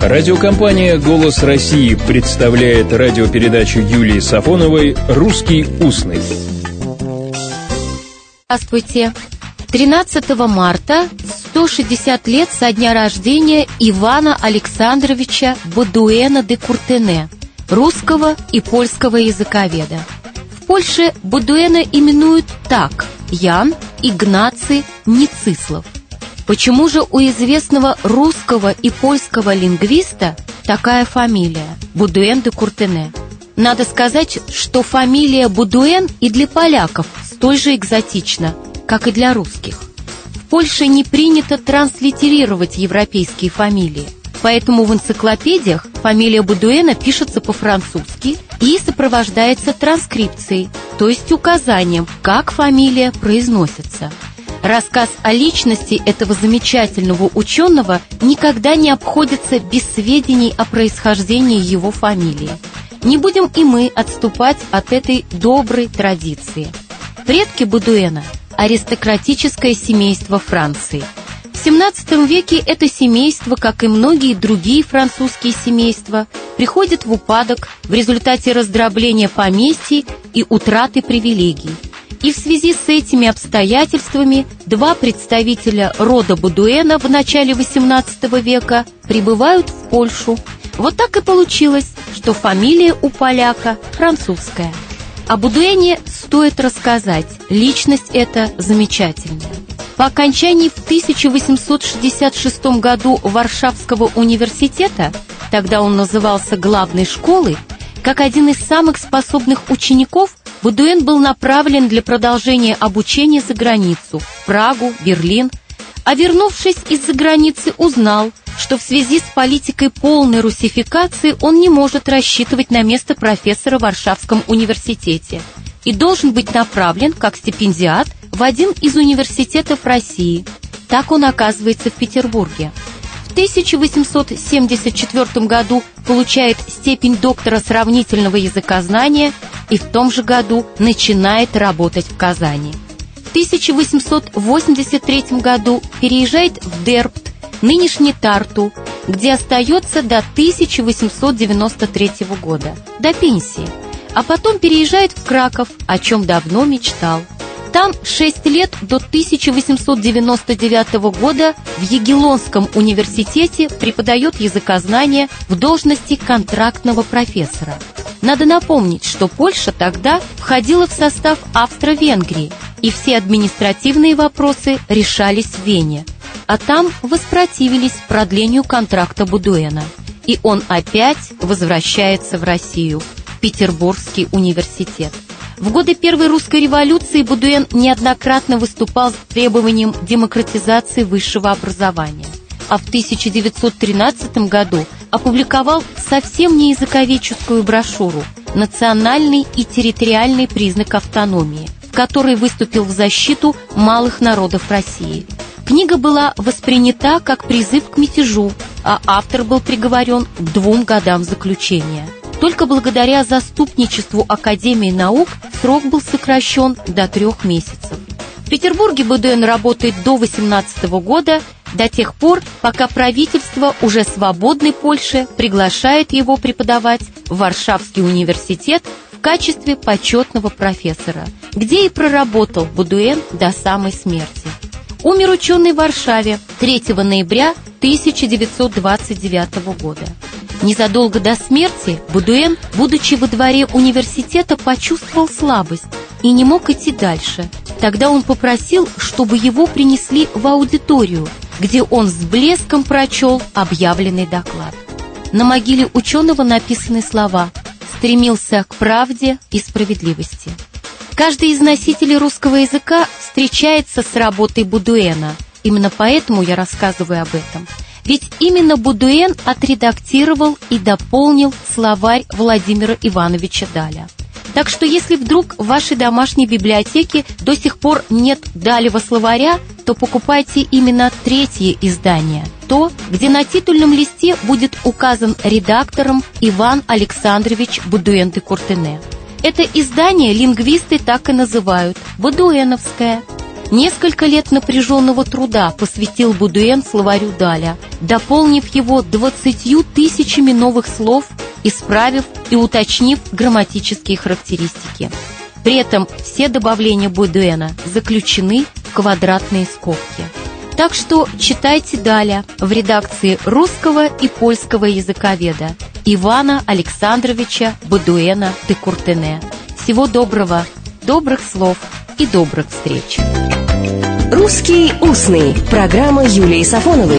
Радиокомпания «Голос России» представляет радиопередачу Юлии Сафоновой «Русский устный». Здравствуйте. 13 марта 160 лет со дня рождения Ивана Александровича Бодуэна де Куртене, русского и польского языковеда. В Польше Бодуэна именуют так: Ян Игнаций Ницислав. Почему же у известного русского и польского лингвиста такая фамилия – Бодуэн де Куртене? Надо сказать, что фамилия Бодуэн и для поляков столь же экзотична, как и для русских. В Польше не принято транслитерировать европейские фамилии, поэтому в энциклопедиях фамилия Бодуэна пишется по-французски и сопровождается транскрипцией, то есть указанием, как фамилия произносится. Рассказ о личности этого замечательного ученого никогда не обходится без сведений о происхождении его фамилии. Не будем и мы отступать от этой доброй традиции. Предки Бодуэна – аристократическое семейство Франции. В XVII веке это семейство, как и многие другие французские семейства, приходит в упадок в результате раздробления поместий и утраты привилегий. И в связи с этими обстоятельствами два представителя рода Бодуэна в начале XVIII века прибывают в Польшу. Вот так и получилось, что фамилия у поляка французская. О Бодуэне стоит рассказать, личность эта замечательная. По окончании в 1866 году Варшавского университета, тогда он назывался главной школой, как один из самых способных учеников, Бодуэн был направлен для продолжения обучения за границу, в Прагу, Берлин, а вернувшись из-за границы, узнал, что в связи с политикой полной русификации он не может рассчитывать на место профессора в Варшавском университете и должен быть направлен как стипендиат в один из университетов России. Так он оказывается в Петербурге. В 1874 году получает степень доктора сравнительного языкознания и в том же году начинает работать в Казани. В 1883 году переезжает в Дербт, нынешний Тарту, где остается до 1893 года, до пенсии, а потом переезжает в Краков, о чем давно мечтал. Там 6 лет до 1899 года в Ягеллонском университете преподает языкознание в должности контрактного профессора. Надо напомнить, что Польша тогда входила в состав Австро-Венгрии, и все административные вопросы решались в Вене. А там воспротивились продлению контракта Бодуэна. И он опять возвращается в Россию, в Петербургский университет. В годы Первой русской революции Бодуэн неоднократно выступал с требованием демократизации высшего образования. А в 1913 году опубликовал совсем не языковедческую брошюру «Национальный и территориальный признак автономии», в которой выступил в защиту малых народов России. Книга была воспринята как призыв к мятежу, а автор был приговорен к 2 годам заключения. Только благодаря заступничеству Академии наук срок был сокращен до 3 месяцев. В Петербурге Бодуэн работает до 18 года, до тех пор, пока правительство уже свободной Польши приглашает его преподавать в Варшавский университет в качестве почетного профессора, где и проработал Бодуэн до самой смерти. Умер ученый в Варшаве 3 ноября 1929 года. Незадолго до смерти Бодуэн, будучи во дворе университета, почувствовал слабость и не мог идти дальше. Тогда он попросил, чтобы его принесли в аудиторию, где он с блеском прочел объявленный доклад. На могиле ученого написаны слова: «Стремился к правде и справедливости». Каждый из носителей русского языка встречается с работой Бодуэна. Именно поэтому я рассказываю об этом. Ведь именно Бодуэн отредактировал и дополнил словарь Владимира Ивановича Даля. Так что если вдруг в вашей домашней библиотеке до сих пор нет Далева словаря, то покупайте именно 3-е издание, то, где на титульном листе будет указан редактором Иван Александрович Бодуэн де Куртене. Это издание лингвисты так и называют – бодуэновское. Несколько лет напряженного труда посвятил Бодуэн словарю Даля, дополнив его 20 тысячами новых слов, исправив и уточнив грамматические характеристики. При этом все добавления Бодуэна заключены в квадратные скобки. Так что читайте Даля в редакции русского и польского языковеда Ивана Александровича Бодуэна де Куртене. Всего доброго, добрых слов и добрых встреч. «Русский устный» – программа Юлии Сафоновой.